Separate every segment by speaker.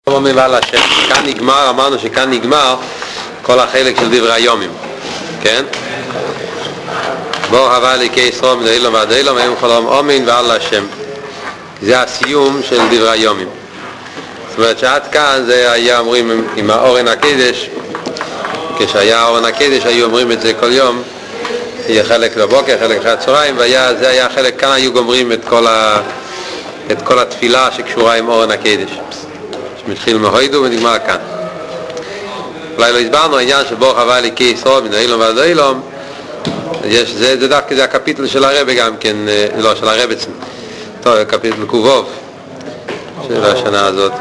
Speaker 1: כאן נגמר, אמרנו שכאן נגמר כל החלק של דברי היומים, כן? בור הווה אלוקי ישראל מן העולם ועד העולם היום חלום אומין ועל השם. זה הסיום של דברי היומים. זאת אומרת שעד כאן זה היה אומרים עם האורן הקדש, כשהיה האורן הקדש היו אומרים את זה כל יום, יהיה חלק בבוקר, חלק אחרי הצהריים, וזה היה חלק, כאן היו גומרים את כל התפילה שקשורה עם אורן הקדש, שמתחיל מהוידו ונגמר כאן. אולי לא הסברנו העניין שבור הווה אלוקי ישראל מן העולם ועד העולם, זה דווקא זה הקפיטל של הרב גם כן, לא, של הרב עצמו. טוב, הקפיטל קובוב של השנה הזאת.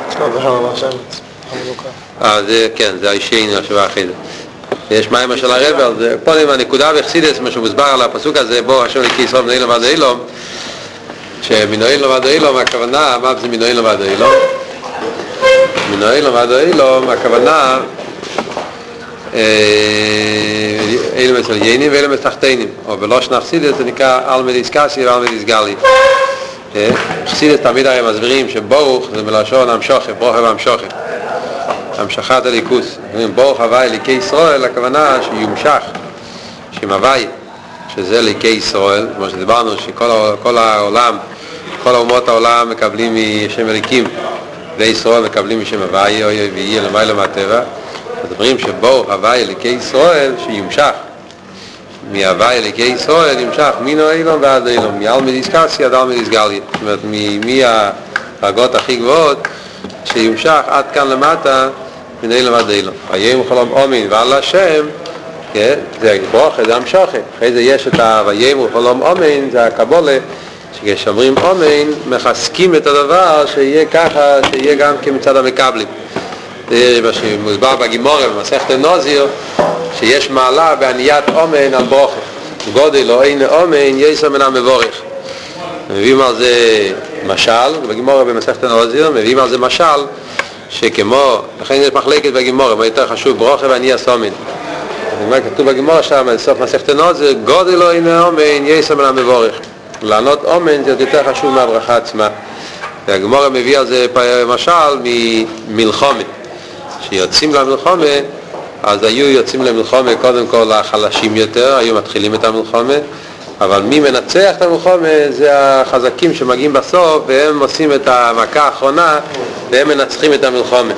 Speaker 1: זה כן, זה הישני השבוע אחרי זה. יש מים של הרב, אז פה עם הנקודה בחסידות, מה שמוסבר על הפסוק הזה, בור השם אלוקי ישראל מן העולם ועד העולם, שמן העולם ועד העולם, הכוונה, מה זה מן העולם ועד העולם? מן העולם ועד העולם, הכוונה אלה מסליינים ואלה מסתחתינים, או בלושן החסידות זה נקרא אלמא דיסקסיה ואלמא דיסגלי. חסידות תמיד הרי מסבירים שברוך זה מלשון המשוכף, ברוך והמשוכף, המשכת הליכוס. ברוך הווה אלוקי ישראל, הכוונה שיומשך, שמווי, שזה אלוקי ישראל, כמו שדיברנו שכל העולם, כל אומות העולם מקבלים משם אליקים, וישראל מקבלים משם הווי, ויהיה למעלה מהטבע. אז אומרים שבור הווה אלוקי ישראל שיומשך מהווה אלוקי ישראל ימשך מן העולם ועד העולם, מאלמא דיסקסיה עד אלמא דיסגליה, זאת אומרת מהדרגות הכי גבוהות שיומשך עד כאן למטה מן העולם ועד העולם. ויהי חלום אומין ועל השם, זה ברוך, זה המשוכת. אחרי זה יש את ויהי חלום אומין, זה הקבולה, שכשאומרים אומין מחזקים את הדבר שיהיה ככה, שיהיה גם כמצד המקבלים. זה מה שמוסבר בגימורה במסכת נוזיר, שיש מעלה בעניית אומן על ברוכה. גודל או אין אומן יסר מן המבורך. מביאים על זה משל, בגימורה במסכת נוזיר, מביאים על זה משל, שכמו, לכן יש מחלקת בגימורה, מה יותר חשוב, ברוכה ועניית אומן. מה כתוב בגימורה שם, בסוף מסכת נוזיר, גודל או אין אומן יסר מן המבורך. לענות אומן זה יותר חשוב מהברכה עצמה. והגימורה מביא על זה משל ממלחמת. שיוצאים למלחמה, אז היו יוצאים למלחמה קודם כל החלשים יותר, היו מתחילים את המלחמה, אבל מי מנצח את המלחמה זה החזקים שמגיעים בסוף, והם עושים את המכה האחרונה, והם מנצחים את המלחמה.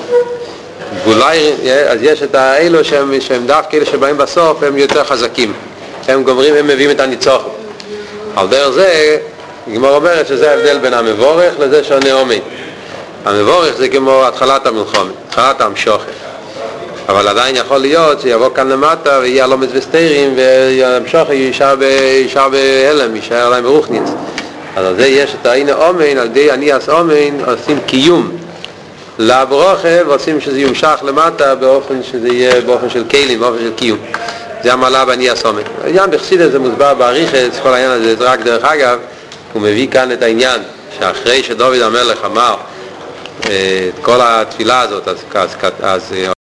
Speaker 1: ואולי, אז יש את האלו שהם דווקא אלה שבאים בסוף, הם יותר חזקים. הם גומרים, הם מביאים את הניצחון. על דרך זה, הגמרא אומרת שזה ההבדל בין המבורך לזה שעונה אומן. המבורך זה כמו התחלת המלחמה, התחלת המשוכת. אבל עדיין יכול להיות שיבוא כאן למטה ויהיה לומד וסתירים והמשוכת יישאר בהלם, יישאר להם ברוחניץ. אז על זה יש את העין אומן, על ידי עניית אומן עושים קיום לברוכה ועושים שזה יומשך למטה באופן שזה יהיה באופן של כלים, באופן של קיום. זה המעלה בעניית אומן. העניין בחסידות זה מוסבר באריכות, כל העניין הזה זה רק דרך אגב, הוא מביא כאן את העניין שאחרי שדוד המלך אמר את כל התפילה הזאת, אז